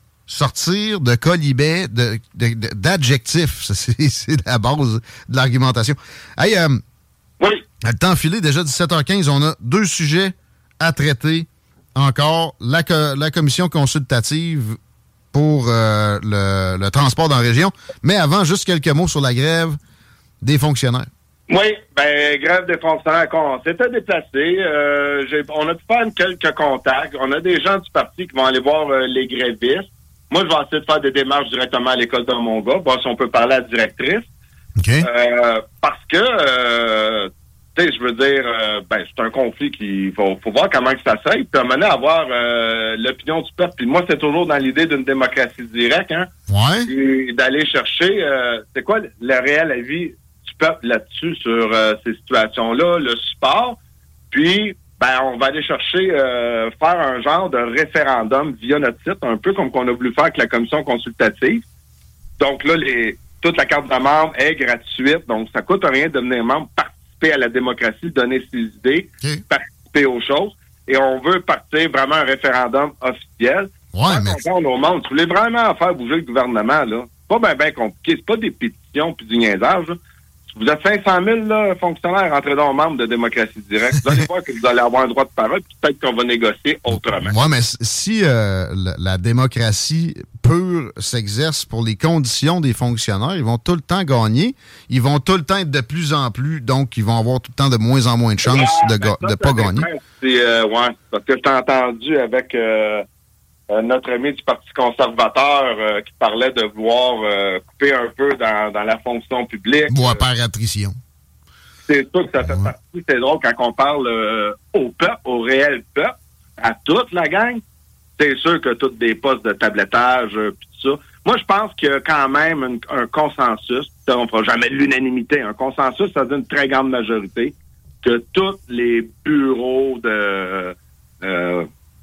sortir de colibet, de, de, de, d'adjectifs. Ça, c'est, c'est la base de l'argumentation. Hey, euh, oui. Le temps filé, déjà dix-sept heures quinze, on a deux sujets à traiter encore. La, co- la commission consultative pour euh, le, le transport dans la région. Mais avant, juste quelques mots sur la grève des fonctionnaires. Oui, ben grève des fonctionnaires, on s'était déplacé. Euh, j'ai, on a pu faire quelques contacts. On a des gens du parti qui vont aller voir euh, les grévistes. Moi, je vais essayer de faire des démarches directement à l'école de mon gars, voir si on peut parler à la directrice. OK. Euh, parce que... Euh, je veux dire, euh, ben c'est un conflit qui faut, faut voir comment que ça s'aille, puis amener à avoir euh, l'opinion du peuple. Puis moi, c'est toujours dans l'idée d'une démocratie directe, hein. Ouais. Et d'aller chercher, euh, c'est quoi le réel avis du peuple là-dessus sur euh, ces situations-là, le support. Puis, ben, on va aller chercher, euh, faire un genre de référendum via notre site, un peu comme qu'on a voulu faire avec la commission consultative. Donc là, les toute la carte de membre est gratuite, donc ça coûte rien de devenir membre par à la démocratie, donner ses idées, okay. participer aux choses. Et on veut partir vraiment un référendum officiel. Ouais, mais... on au monde. Tu voulais vraiment faire bouger le gouvernement, là. Pas bien ben compliqué. C'est pas des pétitions puis du niaisage, là. Vous êtes cinq cent mille là, fonctionnaires, rentrez dans le membre de démocratie directe. Vous allez voir que vous allez avoir un droit de parole, puis peut-être qu'on va négocier autrement. Oui, mais si euh, la, la démocratie pure s'exerce pour les conditions des fonctionnaires, ils vont tout le temps gagner. Ils vont tout le temps être de plus en plus, donc ils vont avoir tout le temps de moins en moins de chances ouais, de ne pas gagner. C'est, euh, ouais, parce que je t'ai entendu avec... Euh, Euh, notre ami du Parti conservateur euh, qui parlait de vouloir euh, couper un peu dans, dans la fonction publique. Bois par attrition. C'est sûr que ça fait ouais. partie. C'est drôle quand on parle euh, au peuple, au réel peuple, à toute la gang. C'est sûr que tous des postes de tablettage, euh, pis tout ça. Moi, je pense qu'il y a quand même une, un consensus. On ne fera jamais l'unanimité. Un consensus, ça donne une très grande majorité que tous les bureaux de... Euh,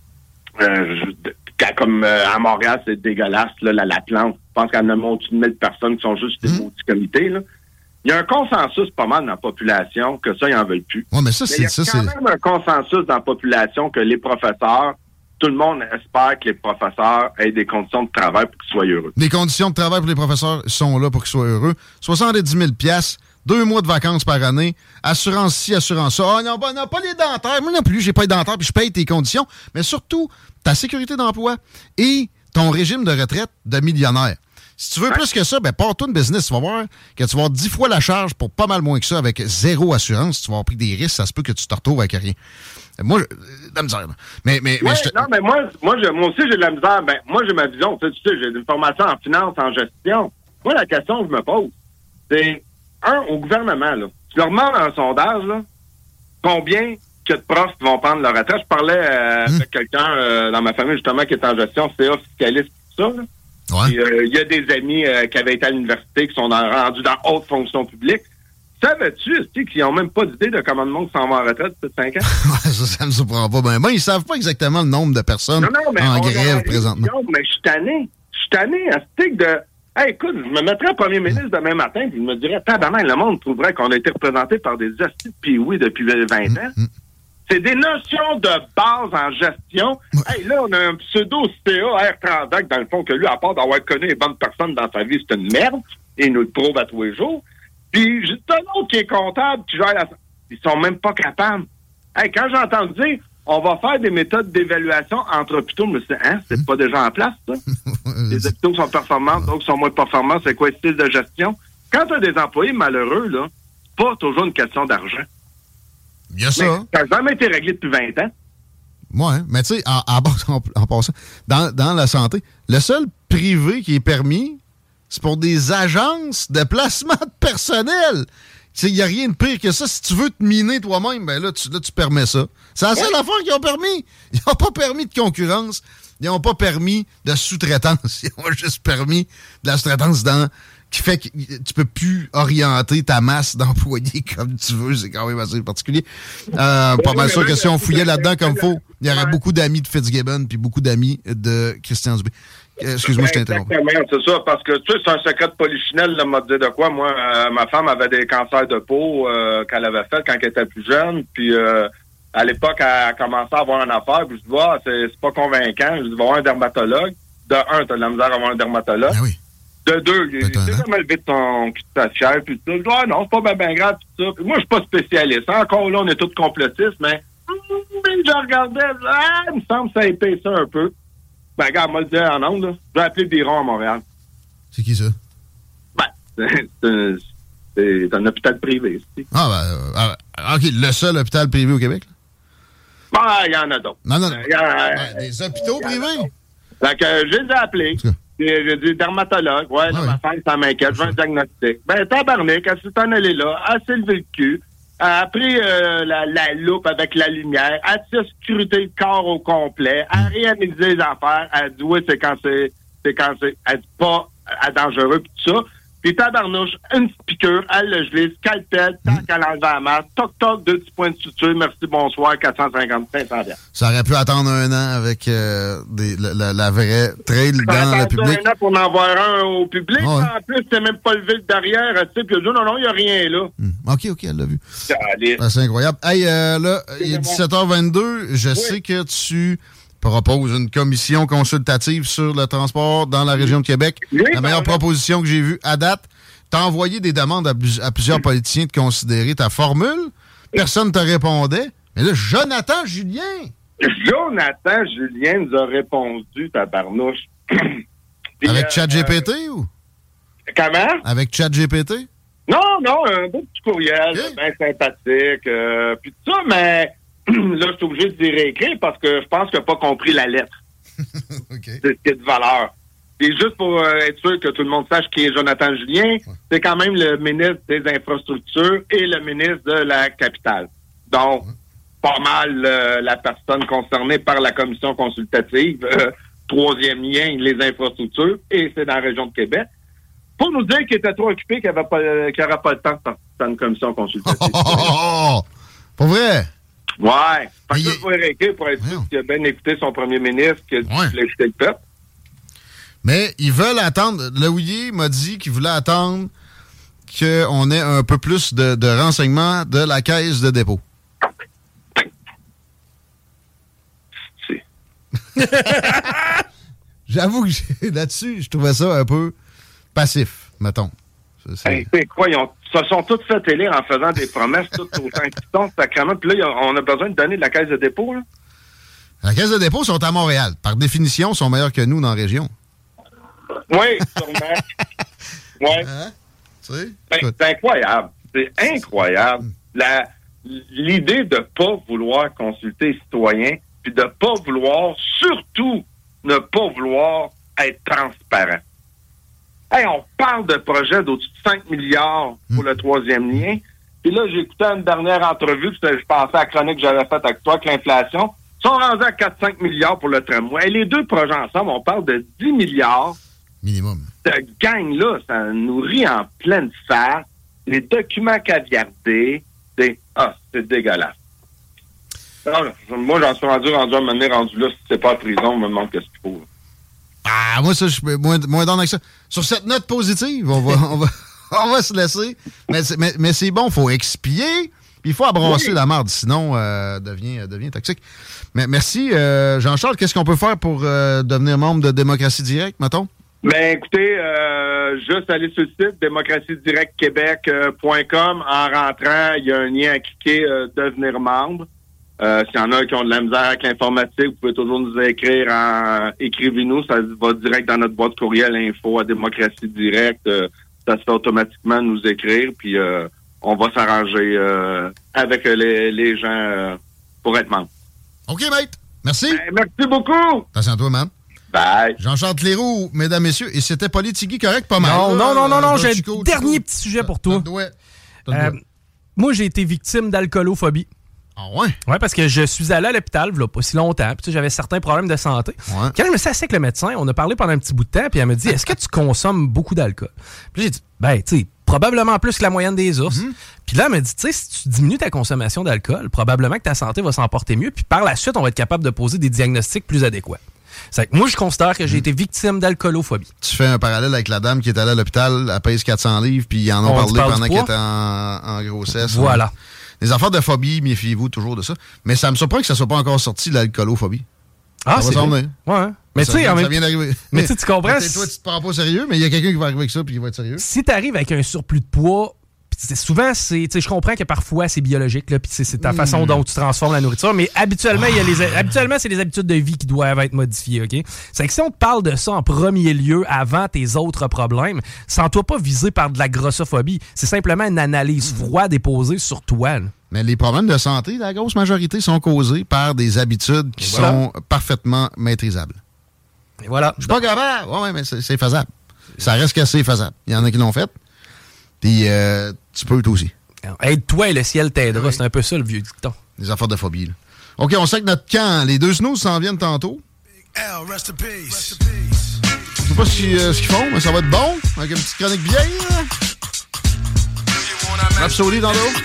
euh, de comme euh, à Montréal, c'est dégueulasse, là, la, la plante. Je pense qu'il y en a au-dessus de mille personnes qui sont juste des mmh. maudits comités, là. Il y a un consensus pas mal dans la population que ça, ils n'en veulent plus. Ouais, mais ça, c'est, mais il y a ça, quand c'est... même un consensus dans la population que les professeurs, tout le monde espère que les professeurs aient des conditions de travail pour qu'ils soient heureux. Les conditions de travail pour les professeurs sont là pour qu'ils soient heureux. soixante-dix mille dollars, deux mois de vacances par année, assurance ci, assurance ça. Ah, non, bah, non, pas les dentaires. Moi non plus, j'ai pas les dentaires puis je paye tes conditions. Mais surtout, ta sécurité d'emploi et ton régime de retraite de millionnaire. Si tu veux plus que ça, ben pars-toi une business. Tu vas voir que tu vas avoir dix fois la charge pour pas mal moins que ça avec zéro assurance. Tu vas avoir pris des risques, ça se peut que tu te retrouves avec rien. Moi, de la misère. Mais, mais, ouais, mais je te... non, mais moi, moi, je, moi aussi, j'ai de la misère. Ben, moi, j'ai ma vision. Tu sais, tu sais, j'ai une formation en finance, en gestion. moi, la question que je me pose, c'est, un, au gouvernement, là, tu leur demandes un sondage, là, combien que de profs vont prendre leur retraite. Je parlais euh, mmh. avec quelqu'un euh, dans ma famille, justement, qui est en gestion, C A fiscaliste, tout ça, là. Ouais. Il euh, y a des amis euh, qui avaient été à l'université, qui sont dans, rendus dans haute fonction publique. Savais-tu, tu sais, qu'ils n'ont même pas d'idée de comment de monde s'en va en retraite depuis cinq ans? ça, ça me surprend pas. Ben, ben, ils savent pas exactement le nombre de personnes non, non, en grève présentement. Non, mais je suis tanné. Je suis tanné à ce tic de... Hey, écoute, je me mettrais premier ministre demain matin, puis je me dirais, tabarnak, le monde trouverait qu'on a été représenté par des hosties de pioui depuis vingt ans. Mm-hmm. C'est des notions de base en gestion. Ouais. Hey, là, on a un pseudo-C A R Transact, dans le fond, que lui, à part d'avoir connu les bonnes personnes dans sa vie, c'est une merde, et il nous le prouve à tous les jours. Puis, juste un autre qui est comptable, qui gère la... Ils sont même pas capables. Hey, quand j'entends dire, on va faire des méthodes d'évaluation entre hôpitaux, je me suis dit, hein, c'est pas déjà en place, ça? Les hôpitaux sont performants, d'autres sont moins performants, c'est quoi le style de gestion? Quand tu as des employés malheureux, là, c'est pas toujours une question d'argent. Il y a ça. Mais ça n'a jamais été réglé depuis vingt ans. Oui, mais tu sais, en, en, en, en passant, dans, dans la santé, le seul privé qui est permis, c'est pour des agences de placement de personnel. Il n'y a rien de pire que ça. Si tu veux te miner toi-même, ben là, tu, là, tu permets ça. C'est la seule ouais. affaire qu'ils ont permis. Ils n'ont pas permis de concurrence. Ils n'ont pas permis de sous-traitance. Ils ont juste permis de la sous-traitance dans... qui fait que tu peux plus orienter ta masse d'employés comme tu veux. C'est quand même assez particulier. Euh, pas mal sûr que si on fouillait là-dedans comme il faut, il y aurait beaucoup d'amis de Fitzgibbon puis beaucoup d'amis de Christian Dubé. Excuse-moi, je t'interromps. Exactement, c'est ça, parce que tu sais, c'est un secret de polichinelle, là, m'a dit de quoi. Moi, euh, ma femme avait des cancers de peau euh, qu'elle avait fait quand elle était plus jeune, puis euh, à l'époque, elle a commencé à avoir une affaire, puis je dis, ah, c'est, c'est pas convaincant, je dis, va voir un dermatologue. De un, t'as de la misère à avoir un dermatologue. Ah oui. De deux, il s'est jamais levé de ton cul de ta chair, puis tout ça. Je dis, ah non, c'est pas bien ben grave, tout ça. Puis moi, je suis pas spécialiste. Encore là, on est tous complotistes, mais, mais je regardais, ah, il me semble que ça épais ça un peu. Ben, regarde, moi le dire en ondes, là. Je vais appeler Biron à Montréal. C'est qui ça? Ben, c'est, c'est, c'est un hôpital privé, c'est. Ah, ben, euh, OK, le seul hôpital privé au Québec, là? Ben, il y en a d'autres. Non, non, non. Il y a, ben, des hôpitaux privés? Donc, euh, je les ai appelés. J'ai dit dermatologue. Ouais, là, ah, ma femme, ça m'inquiète. Je veux un diagnostic. Ben, tabarnak, elle s'est en allée là, elle s'est levé le cul. Elle a pris euh, la, la loupe avec la lumière, elle a scruté le corps au complet, elle a réanalysé les affaires, elle a dit oui, c'est quand c'est, c'est quand c'est, elle dit pas à dangereux pis tout ça. Puis tabarnouche, une petite piqûre, elle le gelé, scalpel, tant qu'elle enlève la masse, toc toc, deux petits points de suture, merci, bonsoir, quatre cent cinquante, cinq cents piastres. Ça aurait pu attendre un an avec euh, des, la, la, la vraie trail dans le public. un an pour en avoir un au public. Oh, ouais. En plus, c'est même pas levé le derrière, tu sais, puis elle dit non, non, il n'y a rien là. Hum. OK, OK, elle l'a vu. Allez. Ah, c'est incroyable. Hey, euh, là, il est dix-sept heures vingt-deux. Je oui. sais que tu proposes une commission consultative sur le transport dans la région de Québec. Oui, la meilleure ben, proposition que j'ai vue à date. T'as envoyé des demandes à, à plusieurs politiciens de considérer ta formule. Personne ne te répondait. Mais là, Jonathan Julien. Jonathan Julien nous a répondu, tabarnouche. Puis, avec euh, ChatGPT euh, ou? Comment? Avec ChatGPT? Non, non, un beau petit courriel, okay. Bien sympathique. Euh, puis tout ça, mais là, je suis obligé de dire écrire parce que je pense qu'il n'a pas compris la lettre. Okay. C'est ce qui est de valeur. Et juste pour euh, être sûr que tout le monde sache qui est Jonathan Julien, ouais. C'est quand même le ministre des Infrastructures et le ministre de la Capitale. Donc, ouais. Pas mal euh, la personne concernée par la commission consultative. Euh, troisième lien, les infrastructures, et c'est dans la région de Québec. Pour nous dire qu'il était trop occupé, qu'il n'aurait pas, euh, qu'il pas le temps de participer à une commission consultative. Oh, oh, oh, oh. Pas vrai? Ouais. Fait que je vais réécrire pour être sûr qu'il a bien écouté son premier ministre, qu'il a ouais. écouté le peuple. Mais ils veulent attendre. Le Houillet m'a dit qu'il voulait attendre qu'on ait un peu plus de, de renseignements de la caisse de dépôt. Si. J'avoue que j'ai, là-dessus, je trouvais ça un peu passif, mettons. C'est, c'est... Hey, c'est quoi? Ils ont, se sont tous fait élire en faisant des promesses tout autant qu'ils sont, sacrément. Puis là, on a besoin de donner de la caisse de dépôt, là. La caisse de dépôt sont à Montréal. Par définition, ils sont meilleurs que nous dans la région. Oui, sûrement. Oui. Hein? C'est, c'est incroyable. C'est incroyable. La, l'idée de ne pas vouloir consulter les citoyens, puis de ne pas vouloir, surtout, ne pas vouloir être transparent. Hey, on parle de projets d'au-dessus de cinq milliards pour mmh. le troisième lien. Puis là, j'ai écouté une dernière entrevue, puis je pensais à la chronique que j'avais faite avec toi, que l'inflation. Ils sont rendus à quatre à cinq milliards pour le tramway. Et les deux projets ensemble, on parle de dix milliards. Minimum. Cette gang-là, ça nous rit en pleine face. Les documents caviardés, c'est, ah, c'est dégueulasse. Alors, moi, j'en suis rendu, rendu à un moment donné, rendu là, si c'est pas en prison, on me demande qu'est-ce qu'il faut. Ah, moi, ça, je suis moins, moins dans avec ça. Sur cette note positive, on va, on va, on va se laisser. Mais, mais, mais c'est bon, il faut expier. Il faut abrasser oui. la marde, sinon, euh, devient, euh, devient toxique. Mais merci, euh, Jean-Charles. Qu'est-ce qu'on peut faire pour euh, devenir membre de Démocratie Directe, mettons? Ben, écoutez, euh, juste aller sur le site démocratie direct québec point com. En rentrant, il y a un lien à cliquer, euh, devenir membre. Euh, s'il y en a qui ont de la misère avec l'informatique, vous pouvez toujours nous écrire en écrivez-nous, ça va direct dans notre boîte courriel info à Démocratie Directe. Euh, ça se fait automatiquement nous écrire, puis euh, on va s'arranger euh, avec les, les gens euh, pour être membre. OK, mate. Merci. Ben, merci beaucoup. Attention à toi, man. Bye. Jean-Charles Cléroux, mesdames, messieurs, et c'était Politigui correct pas mal. Non, là, non, non, non, non, j'ai Chico, un dernier Chico. petit sujet pour toi. Ouais. Euh, moi, j'ai été victime d'alcoolophobie. Ah ouais? Oui, parce que je suis allé à l'hôpital il y a pas si longtemps, puis j'avais certains problèmes de santé. Ouais. Quand je me suis assis avec le médecin, on a parlé pendant un petit bout de temps, puis elle me dit, est-ce que tu consommes beaucoup d'alcool? Puis j'ai dit, ben, tu sais, probablement plus que la moyenne des ours. Mm-hmm. Puis là, elle m'a dit, tu sais, si tu diminues ta consommation d'alcool, probablement que ta santé va s'en porter mieux, puis par la suite, on va être capable de poser des diagnostics plus adéquats. C'est que moi, je considère que j'ai mmh. été victime d'alcoolophobie. Tu fais un parallèle avec la dame qui est allée à l'hôpital, elle pèse quatre cents livres, puis ils en ont on parlé pendant qu'elle était en, en grossesse. Voilà. On... Les affaires de phobie, méfiez-vous toujours de ça. Mais ça me surprend que ça soit pas encore sorti, l'alcoolophobie. Ah, ça c'est vrai. Ouais. Mais tu sais, ça même... vient d'arriver. Mais tu comprends. Si... Toi, tu te prends pas au sérieux, mais il y a quelqu'un qui va arriver avec ça, puis il va être sérieux. Si t'arrives avec un surplus de poids, c'est, souvent, c'est, je comprends que parfois, c'est biologique, là, puis c'est, c'est ta mmh. façon dont tu transformes la nourriture, mais habituellement, il y a les, habituellement, c'est les habitudes de vie qui doivent être modifiées, OK? C'est que si on te parle de ça en premier lieu, avant tes autres problèmes, sens-toi pas visé par de la grossophobie. C'est simplement une analyse froide et posée sur toi, là. Mais les problèmes de santé, la grosse majorité, sont causés par des habitudes qui voilà. sont parfaitement maîtrisables. Et voilà. Je suis pas capable. Ouais, mais c'est, c'est faisable. Ça reste qu'assez faisable. Il y en a qui l'ont fait. Puis, euh, tu peux toi aussi. Aide-toi et le ciel t'aidera. Oui. C'est un peu ça, le vieux dicton. Les affaires de phobie, là. OK, on sait que notre camp, les deux snooze s'en viennent tantôt. L, rest in peace. Je sais pas si, euh, ce qu'ils font, mais ça va être bon. Avec une petite chronique bière. Rhapsody dans l'eau.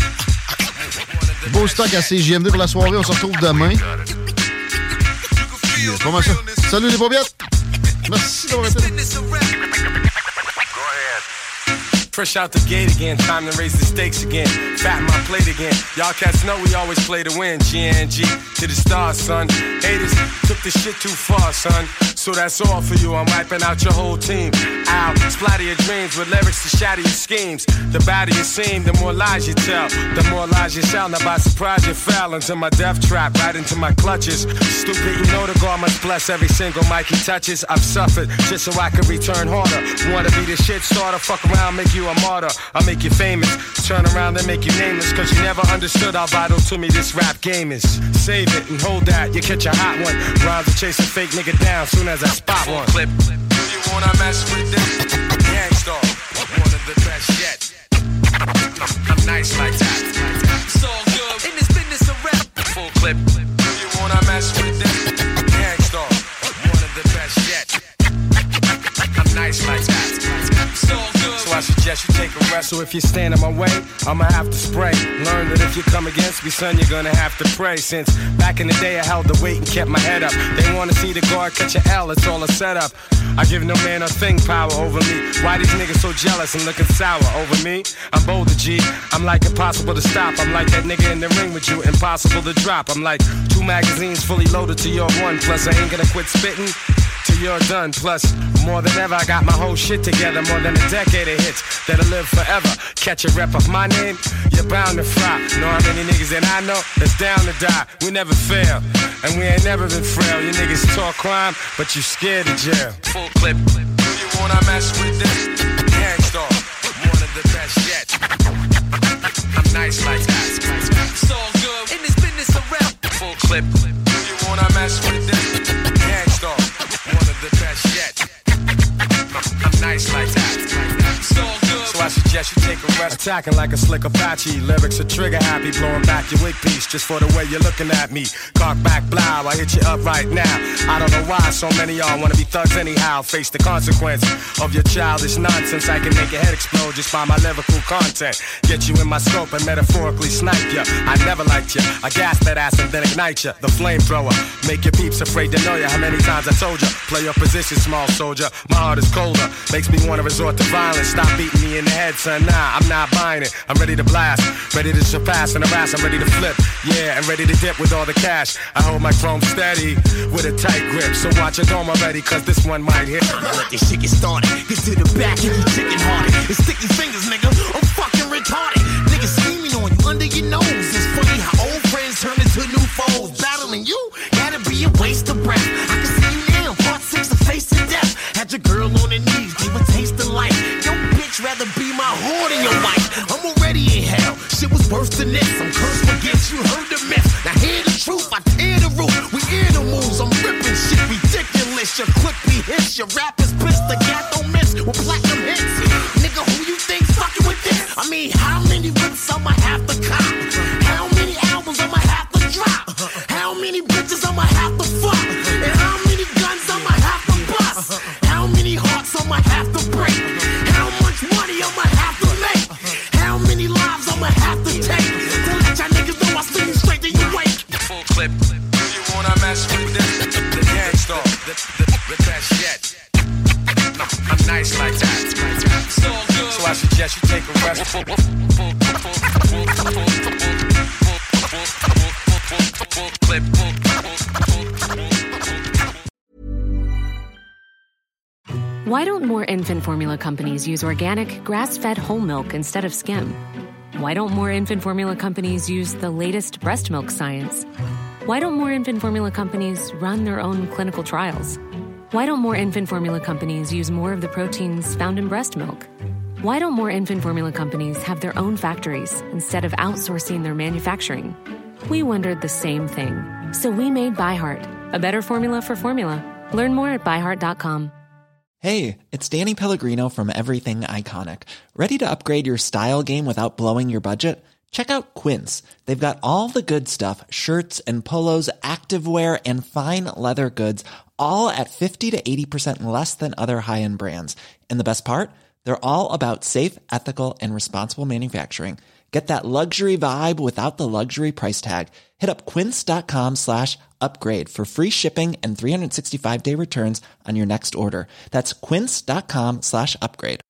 Beau stock à C J M D pour la soirée. On se retrouve demain. Puis, euh, comment ça? Salut les paupiètes. Merci d'avoir été là. Fresh out the gate again, time to raise the stakes again. Fat my plate again. Y'all cats know we always play to win. G N G to the stars, son. Haters took this shit too far, son. So that's all for you. I'm wiping out your whole team. Ow, splatter your dreams with lyrics to shatter your schemes. The badder you seem, the more lies you tell. The more lies you sound. Now by surprise you fell into my death trap, right into my clutches. Stupid, you know the God must bless every single mic he touches. I've suffered just so I can return harder. Wanna be the shit starter? Fuck around, make you a martyr. I'll make you famous. Turn around and make you nameless. Cause you never understood how vital to me this rap game is. Save it and hold that, you catch a hot one. Rhymes to chase a fake nigga down soon as I spot one. Clip. You wanna mess with this? Gangstar, one of the best yet. I'm nice like that. It's all good in this business of rap. Full clip. You wanna mess with this? Gangstar, one of the best yet. I'm nice like that. It's all good. So I suggest you take a rest. So if you stand in my way, I'ma have to spray. Learn that if you come against me, son, you're gonna have to pray. Since back in the day I held the weight and kept my head up. They wanna see the guard catch an L, it's all a setup. I give no man a thing power over me. Why these niggas so jealous and looking sour over me? I'm bolder, G. I'm like impossible to stop. I'm like that nigga in the ring with you, impossible to drop. I'm like two magazines fully loaded to your one. Plus I ain't gonna quit spitting till you're done. Plus, more than ever, I got my whole shit together. More than a decade of hits that'll live forever. Catch a rep of my name, you're bound to fly. Know how many niggas that I know that's down to die. We never fail, and we ain't never been frail. You niggas talk crime, but you scared of jail. Full clip. Do you wanna mess with this? Gangstar, one of the best yet. I'm nice like that. It's all good in this business of rap. Full clip. Do you wanna mess with this? Gangstar, one of the best yet. I'm I'm nice like that. So good. So I suggest you take a rest. Attacking like a slick Apache. Lyrics are trigger happy. Blowing back your wig piece just for the way you're looking at me. Cock back, blow. I hit you up right now. I don't know why so many y'all wanna be thugs anyhow. Face the consequence of your childish nonsense. I can make your head explode just by my lyrical content. Get you in my scope and metaphorically snipe ya. I never liked ya. I gas that ass and then ignite ya. The flamethrower. Make your peeps afraid to know ya. How many times I told ya? Play your position, small soldier. My heart is colder. Makes me wanna resort to violence. Stop beating me in the head, son. Nah, I'm not buying it. I'm ready to blast. Ready to surpass and harass. I'm ready to flip. Yeah, and ready to dip with all the cash. I hold my chrome steady with a tight grip. So watch your dome already, cause this one might hit. Now let this shit get started. Get to the back and you chicken hearted. It's sticky fingers, nigga. I'm fucking retarded. Niggas scheming on you under your nose. It's funny how old friends turn into new foes. Battling you, gotta be a waste of breath. I can see you now, part six, the face of death. Had your girl on her knees, gave a taste of life. Yo, bitch, rather be my whore than your wife. I'm already in hell. Shit was worse than this. I'm cursed for gifts, you heard the myth. Now hear the truth, I tear the roof. We animals, I'm ripping shit ridiculous. Your clip be hits, your rap is pissed. The cat don't miss with platinum hits. Nigga, who you think fucking with this? I mean, how many whips I'ma have to cop? How many albums I'ma have to drop? How many bitches I'ma have to fuck? And how many guns I'ma have to bust? How many hearts I'ma have to break? How much money I'ma have to make? How many lives I'ma have to take? To let y'all niggas know I spin you straight till you wake. Full clip. You wanna mess with this? The gangsta. The, the, the best yet. I'm nice like that. So good. So I suggest you take a rest. Full, full, full, full, full, full, full, full clip. Full, Why don't more infant formula companies use organic, grass-fed whole milk instead of skim? Why don't more infant formula companies use the latest breast milk science? Why don't more infant formula companies run their own clinical trials? Why don't more infant formula companies use more of the proteins found in breast milk? Why don't more infant formula companies have their own factories instead of outsourcing their manufacturing? We wondered the same thing. So we made ByHeart, a better formula for formula. Learn more at by heart dot com. Hey, it's Danny Pellegrino from Everything Iconic. Ready to upgrade your style game without blowing your budget? Check out Quince. They've got all the good stuff, shirts and polos, activewear, and fine leather goods, all at fifty to eighty percent less than other high-end brands. And the best part? They're all about safe, ethical, and responsible manufacturing. Get that luxury vibe without the luxury price tag. Hit up quince.com slash upgrade for free shipping and three sixty-five day returns on your next order. That's quince.com slash upgrade.